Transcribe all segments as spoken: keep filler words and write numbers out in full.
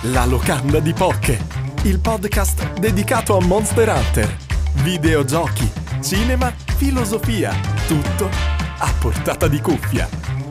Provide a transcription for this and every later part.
La locanda di Pokke, il podcast dedicato a Monster Hunter. Videogiochi, cinema, filosofia, tutto a portata di cuffia.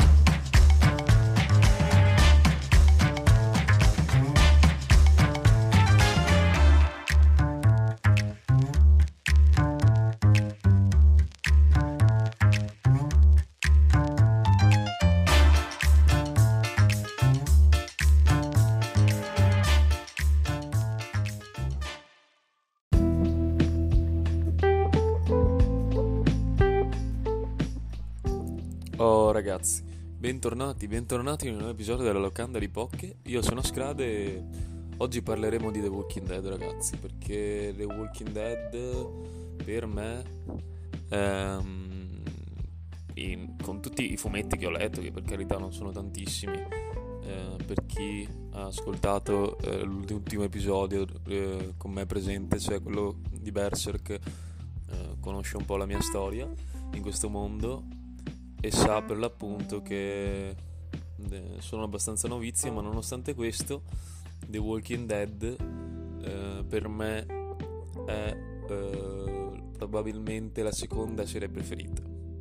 Oh ragazzi, bentornati, bentornati in un nuovo episodio della locanda di Pokke. Io sono Scrad e oggi parleremo di The Walking Dead, ragazzi, perché The Walking Dead per me, ehm, in- con tutti i fumetti che ho letto, che per carità non sono tantissimi, eh, per chi ha ascoltato eh, l'ultimo episodio eh, con me presente, cioè quello di Berserk, eh, conosce un po' la mia storia in questo mondo e sa per l'appunto che eh, sono abbastanza novizio, ma nonostante questo The Walking Dead eh, per me è eh, probabilmente la seconda serie preferita.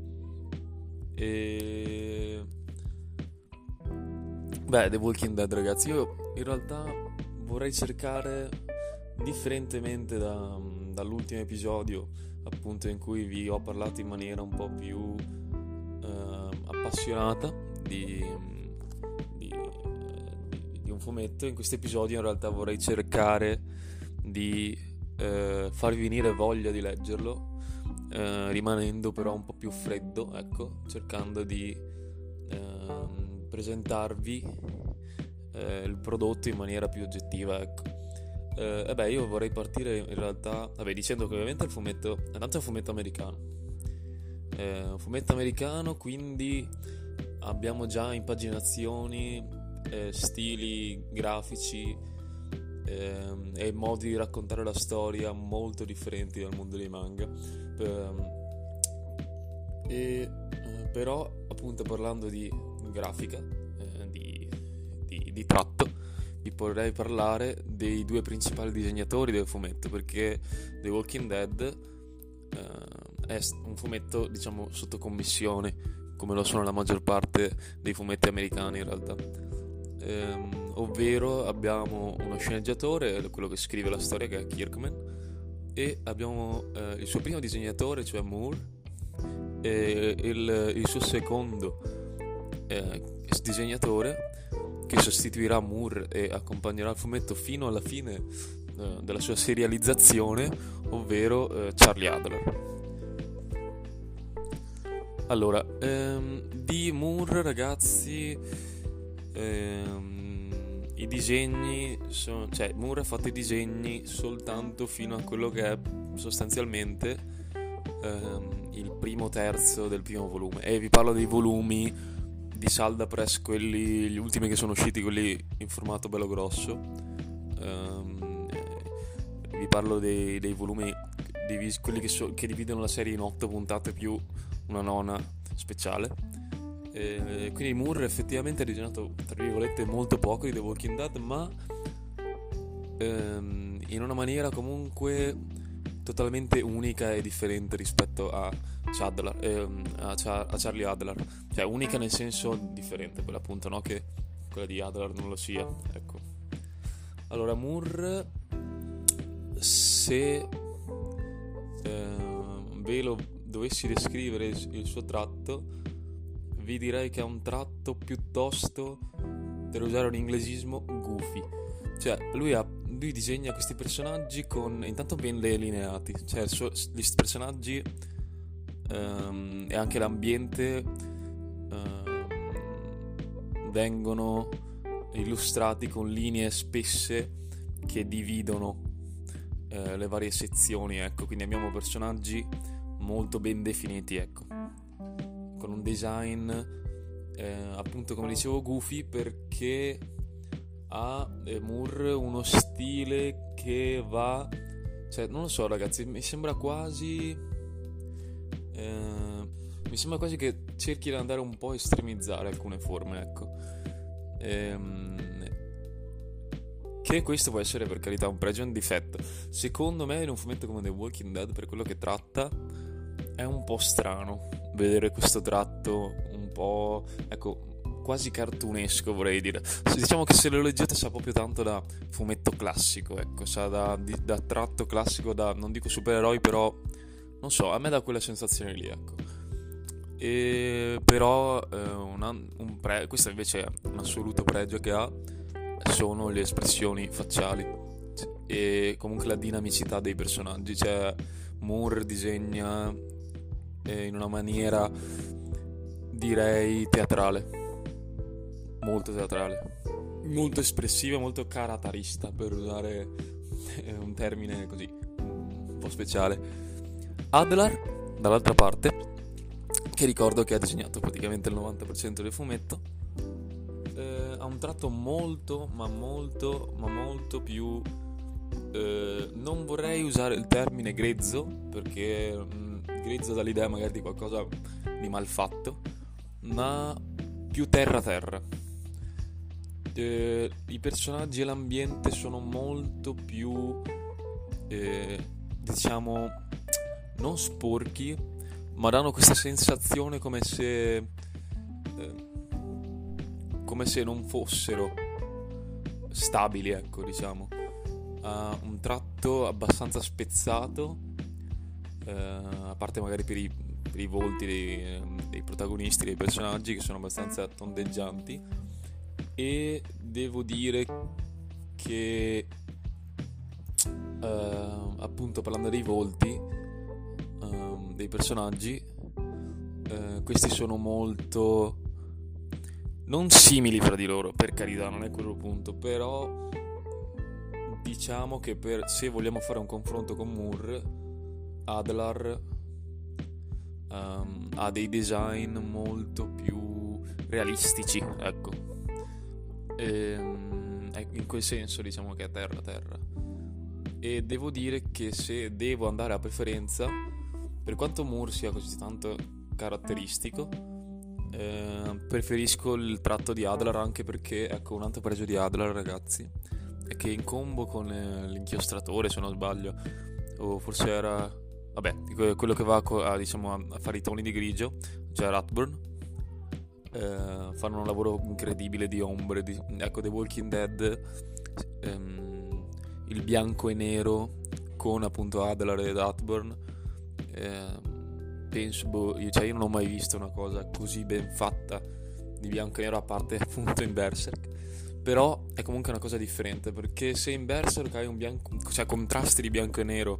E beh, The Walking Dead, ragazzi, io in realtà vorrei cercare, differentemente da, dall'ultimo episodio appunto in cui vi ho parlato in maniera un po' più Uh, appassionata di, di, di, di un fumetto, in questo episodio in realtà vorrei cercare di uh, farvi venire voglia di leggerlo, uh, rimanendo però un po' più freddo, ecco, cercando di uh, presentarvi uh, il prodotto in maniera più oggettiva, ecco. Uh, e beh, io vorrei partire in realtà, vabbè, dicendo che ovviamente il fumetto, intanto è un fumetto americano. È un fumetto americano, quindi abbiamo già impaginazioni, eh, stili grafici eh, e modi di raccontare la storia molto differenti dal mondo dei manga. Eh, e, eh, però, appunto, parlando di grafica, eh, di, di, di tratto, vi vorrei parlare dei due principali disegnatori del fumetto, perché The Walking Dead eh, è un fumetto, diciamo, sotto commissione, come lo sono la maggior parte dei fumetti americani in realtà, ehm, ovvero abbiamo uno sceneggiatore, quello che scrive la storia, che è Kirkman, e abbiamo eh, il suo primo disegnatore, cioè Moore, e il, il suo secondo eh, disegnatore, che sostituirà Moore e accompagnerà il fumetto fino alla fine eh, della sua serializzazione, ovvero eh, Charlie Adler. Allora, ehm, di Moore, ragazzi, ehm, i disegni sono, cioè Moore ha fatto i disegni soltanto fino a quello che è sostanzialmente ehm, il primo terzo del primo volume, e vi parlo dei volumi di Salda Press, quelli, gli ultimi che sono usciti, quelli in formato bello grosso. Ehm, eh, vi parlo dei, dei volumi divisi, quelli che, so, che dividono la serie in otto puntate più una nona speciale. E quindi Moore effettivamente ha disegnato, tra virgolette, molto poco di The Walking Dead, ma ehm, in una maniera comunque totalmente unica e differente rispetto a, Chadler, ehm, a, Char- a Charlie Adler, cioè unica nel senso differente, per l'appunto, no, che quella di Adler non lo sia, ecco. Allora, Moore, se ehm, ve lo dovessi descrivere il, il suo tratto, vi direi che è un tratto piuttosto, per usare un inglesismo, goofy. Cioè lui, ha, lui disegna questi personaggi con, intanto, ben delineati, cioè il suo, questi personaggi um, e anche l'ambiente um, vengono illustrati con linee spesse che dividono uh, le varie sezioni, ecco. Quindi abbiamo personaggi molto ben definiti, ecco, con un design eh, appunto, come dicevo, goofy, perché ha eh, Moore uno stile che va, cioè non lo so, ragazzi, mi sembra quasi eh, mi sembra quasi che cerchi di andare un po' a estremizzare alcune forme, ecco. Ehm, Che questo può essere per carità un pregio e un difetto. Secondo me in un fumetto come The Walking Dead, per quello che tratta, è un po' strano vedere questo tratto un po', ecco, quasi cartunesco, vorrei dire. Diciamo che se lo leggete sa proprio tanto da fumetto classico, ecco, sa da, di, da tratto classico, da, non dico supereroi, però non so, a me dà quella sensazione lì, ecco. E però eh, una, un pre, questo invece è un assoluto pregio che ha, sono le espressioni facciali e comunque la dinamicità dei personaggi. Cioè Moore disegna eh, in una maniera, direi, teatrale, molto teatrale, molto espressiva, molto caratterista, per usare un termine così un po' speciale. Adler, dall'altra parte, che ricordo che ha disegnato praticamente il novanta per cento del fumetto, eh, ha un tratto molto, ma molto, ma molto più, eh, non vorrei usare il termine grezzo, perché mh, grezzo dà l'idea magari di qualcosa di malfatto, ma più terra-terra. Eh, i personaggi e l'ambiente sono molto più, eh, diciamo, non sporchi, ma danno questa sensazione come se eh, come se non fossero stabili, ecco, diciamo. Ha un tratto abbastanza spezzato, eh, a parte magari per i, per i volti dei, dei protagonisti, dei personaggi, che sono abbastanza tondeggianti. E devo dire che eh, appunto, parlando dei volti dei personaggi, eh, questi sono molto non simili fra di loro, per carità, non è quello il punto, però diciamo che per, se vogliamo fare un confronto con Moore, Adler um, ha dei design molto più realistici, ecco, e, in quel senso diciamo che è terra terra. E devo dire che se devo andare a preferenza, per quanto Moore sia così tanto caratteristico, eh, preferisco il tratto di Adler, anche perché, ecco, un altro pregio di Adler, ragazzi, è che in combo con eh, l'inchiostratore, se non sbaglio, o forse era, vabbè, quello che va a, a, diciamo, a fare i toni di grigio, cioè Ratburn, eh, fanno un lavoro incredibile di ombre, di, ecco, The Walking Dead, ehm, il bianco e nero con appunto Adler e Ratburn. Eh, penso, boh, io, cioè io non ho mai visto una cosa così ben fatta di bianco e nero, a parte appunto in Berserk, però è comunque una cosa differente, perché se in Berserk hai un bianco, cioè contrasti di bianco e nero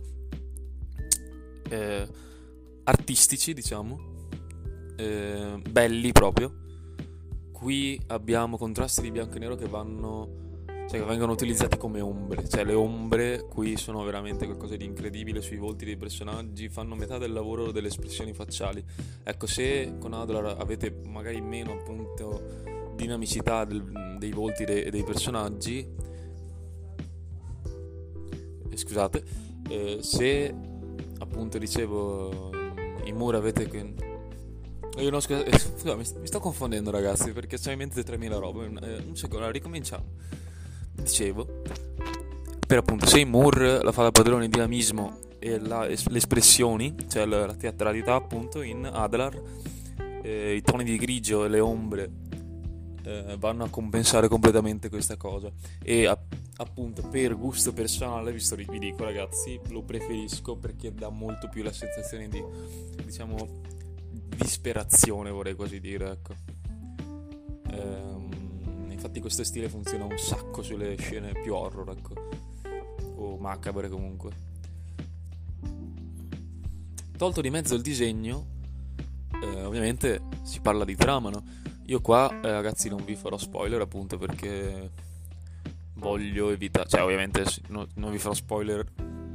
eh, artistici, diciamo, eh, belli proprio, qui abbiamo contrasti di bianco e nero che vanno, cioè che vengono utilizzati come ombre. Cioè le ombre qui sono veramente qualcosa di incredibile sui volti dei personaggi, fanno metà del lavoro delle espressioni facciali. Ecco, se con Adler avete magari meno appunto dinamicità del, dei volti de, dei personaggi, eh, scusate, eh, se appunto dicevo in Moore avete que... Io no, scusa, eh, scusa, mi, mi sto confondendo, ragazzi, perché c'ho in mente tremila robe. Eh, un secondo, ricominciamo. Dicevo, per appunto, se in Moore la fa da padrone il dinamismo e la, es, le espressioni, cioè la, la teatralità, appunto in Adler eh, i toni di grigio e le ombre eh, vanno a compensare completamente questa cosa. E a, appunto per gusto personale, visto vi dico, ragazzi, lo preferisco perché dà molto più la sensazione di, diciamo, disperazione, vorrei quasi dire, ecco. Ehm, infatti questo stile funziona un sacco sulle scene più horror, ecco, o macabre comunque. Tolto di mezzo il disegno, eh, ovviamente si parla di trama, no? Io qua, eh, ragazzi, non vi farò spoiler, appunto perché voglio evitare, cioè ovviamente no, non vi farò spoiler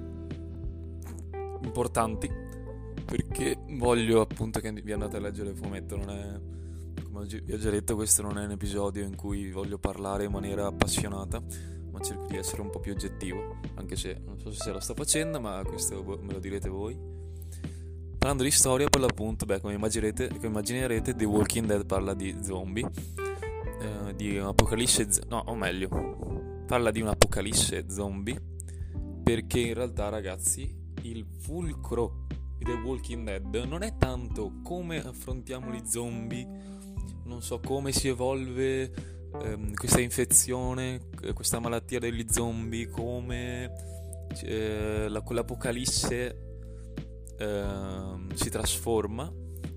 importanti, perché voglio appunto che vi andate a leggere il fumetto. Non è, come vi ho già detto, questo non è un episodio in cui voglio parlare in maniera appassionata, ma cerco di essere un po' più oggettivo, anche se non so se lo sto facendo, ma questo me lo direte voi. Parlando di storia, per l'appunto, beh, come immaginerete, come immaginerete The Walking Dead parla di zombie, eh, di un'apocalisse, z- no, o meglio, parla di un'apocalisse zombie, perché in realtà, ragazzi, il fulcro di The Walking Dead non è tanto come affrontiamo gli zombie, non so, come si evolve ehm, questa infezione, questa malattia degli zombie, come eh, la, quell'apocalisse eh, si trasforma,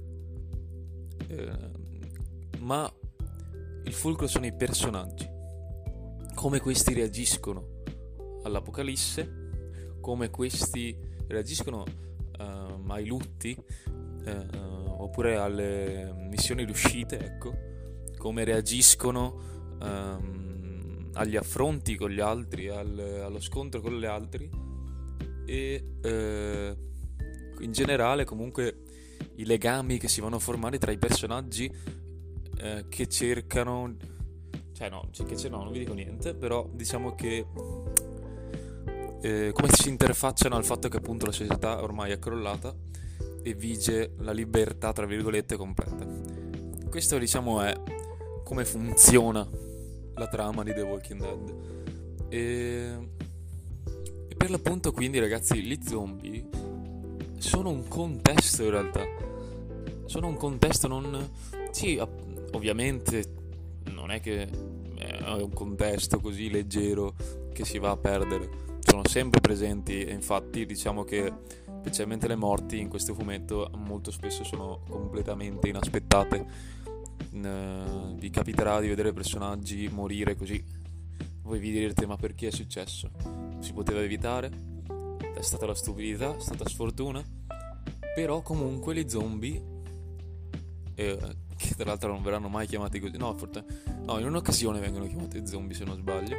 eh, ma il fulcro sono i personaggi, come questi reagiscono all'apocalisse, come questi reagiscono uh, ai lutti uh, oppure alle missioni riuscite, ecco, come reagiscono um, agli affronti con gli altri, al, allo scontro con gli altri e uh, in generale comunque i legami che si vanno a formare tra i personaggi uh, che cercano, cioè no, che c'è, no, non vi dico niente, però diciamo che Eh, come si interfacciano al fatto che appunto la società ormai è crollata e vige la libertà tra virgolette completa. Questo diciamo è come funziona la trama di The Walking Dead e, e per l'appunto quindi, ragazzi, gli zombie sono un contesto, in realtà sono un contesto, non sì, ovviamente non è che è un contesto così leggero che si va a perdere, sono sempre presenti e infatti diciamo che specialmente le morti in questo fumetto molto spesso sono completamente inaspettate. Eh, vi capiterà di vedere personaggi morire così, voi vi direte ma perché è successo? Si poteva evitare? È stata la stupidità? È stata sfortuna? Però comunque gli zombie eh, che tra l'altro non verranno mai chiamati così, no, forse, no, in un'occasione vengono chiamati zombie se non sbaglio,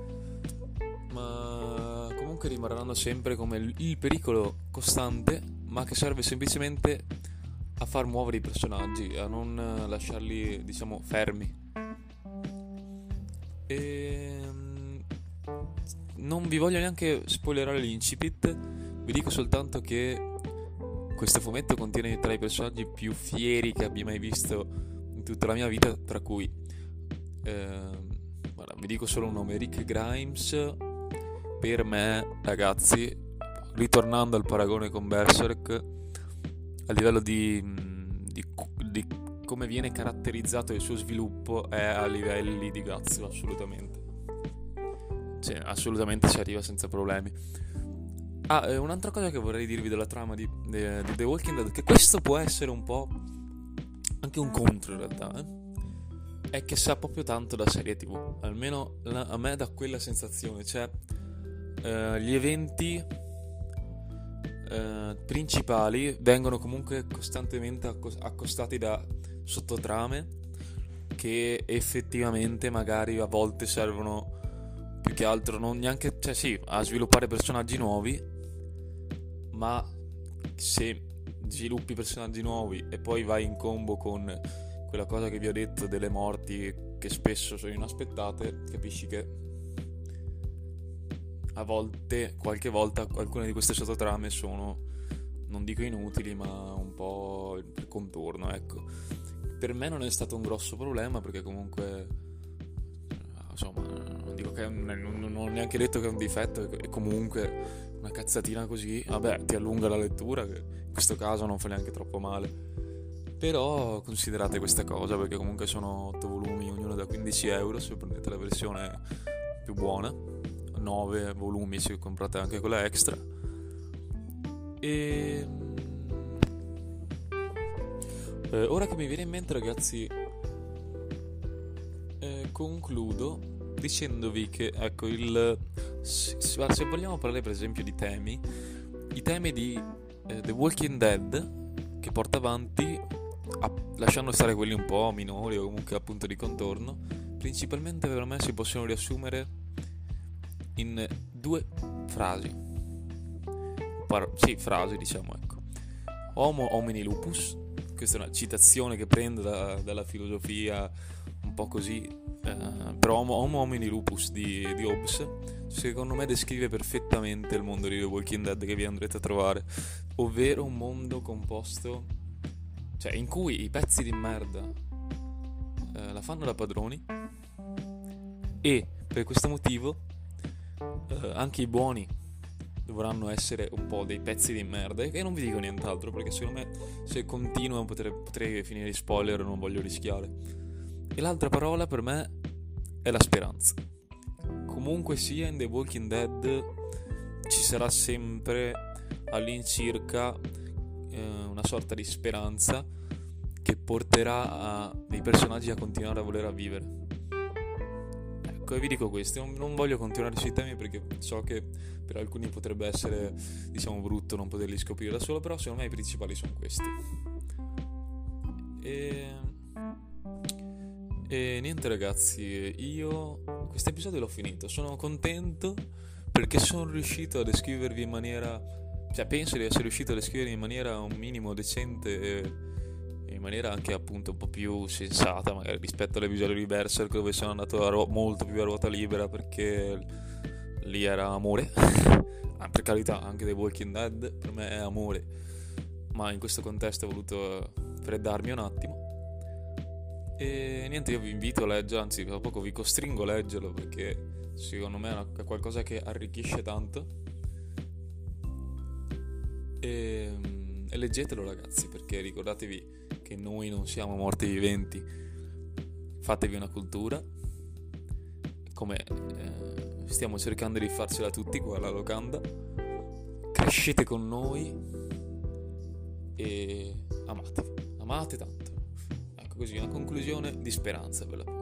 ma comunque rimarranno sempre come il pericolo costante, ma che serve semplicemente a far muovere i personaggi, a non lasciarli, diciamo, fermi. E non vi voglio neanche spoilerare l'incipit, vi dico soltanto che questo fumetto contiene tra i personaggi più fieri che abbia mai visto in tutta la mia vita, tra cui eh, guarda, vi dico solo un nome: Rick Grimes. Per me, ragazzi, ritornando al paragone con Berserk, a livello di, di, di come viene caratterizzato il suo sviluppo, è a livelli di Guts, assolutamente. Cioè, assolutamente ci arriva senza problemi. Ah, eh, un'altra cosa che vorrei dirvi della trama di, di, di The Walking Dead, che questo può essere un po' anche un contro in realtà, eh? È che sa proprio tanto da serie tv, almeno la, a me dà quella sensazione, cioè eh, gli eventi eh, principali vengono comunque costantemente accos- accostati da sottotrame che effettivamente magari a volte servono più che altro non neanche, cioè sì, a sviluppare personaggi nuovi, ma se sviluppi personaggi nuovi e poi vai in combo con quella cosa che vi ho detto delle morti che spesso sono inaspettate, capisci che a volte, qualche volta, alcune di queste sottotrame sono, non dico inutili, ma un po' il contorno, ecco. Per me non è stato un grosso problema, perché comunque, insomma, non dico che è un, non ho neanche detto che è un difetto, è comunque una cazzatina così, vabbè, ti allunga la lettura, che in questo caso non fa neanche troppo male. Però considerate questa cosa, perché comunque sono otto volumi, ognuno da quindici euro se prendete la versione più buona, nove volumi se comprate anche quella extra. E eh, ora che mi viene in mente, ragazzi, eh, concludo dicendovi che, ecco, il se, se vogliamo parlare per esempio di temi, i temi di eh, The Walking Dead, che porta avanti, a, lasciando stare quelli un po' minori o comunque appunto di contorno, principalmente per me si possono riassumere in due frasi, Par- sì, frasi diciamo, ecco. Homo homini lupus, questa è una citazione che prendo da, dalla filosofia un po' così, eh, però Homo, Homo homini lupus di, di Hobbes secondo me descrive perfettamente il mondo di The Walking Dead che vi andrete a trovare, ovvero un mondo composto, cioè in cui i pezzi di merda eh, la fanno da padroni e Per questo motivo eh, anche i buoni dovranno essere un po' dei pezzi di merda, e non vi dico nient'altro perché secondo me se continuo potrei, potrei finire di spoiler, non voglio rischiare. E l'altra parola per me è la speranza. Comunque sia, in The Walking Dead ci sarà sempre all'incirca eh, una sorta di speranza che porterà a, dei personaggi a continuare a voler a vivere. Ecco, e vi dico questo, non, non voglio continuare sui temi perché so che per alcuni potrebbe essere, diciamo, brutto non poterli scoprire da solo, però secondo me i principali sono questi. E, e niente ragazzi, io questo episodio l'ho finito, sono contento perché sono riuscito a descrivervi in maniera, cioè penso di essere riuscito a descrivervi in maniera un minimo decente e in maniera anche appunto un po' più sensata magari rispetto all'episodio di Berserk, dove sono andato a ru- molto più a ruota libera perché lì era amore. Ah, per carità, anche The Walking Dead per me è amore, ma in questo contesto ho voluto freddarmi un attimo. E niente, io vi invito a leggere, anzi tra poco vi costringo a leggerlo perché secondo me è, una, è qualcosa che arricchisce tanto. E, e leggetelo ragazzi, perché ricordatevi che noi non siamo morti viventi, fatevi una cultura come eh, stiamo cercando di farcela tutti qua alla locanda, crescete con noi e amatevi, amate tanto. Ecco, così una conclusione di speranza per la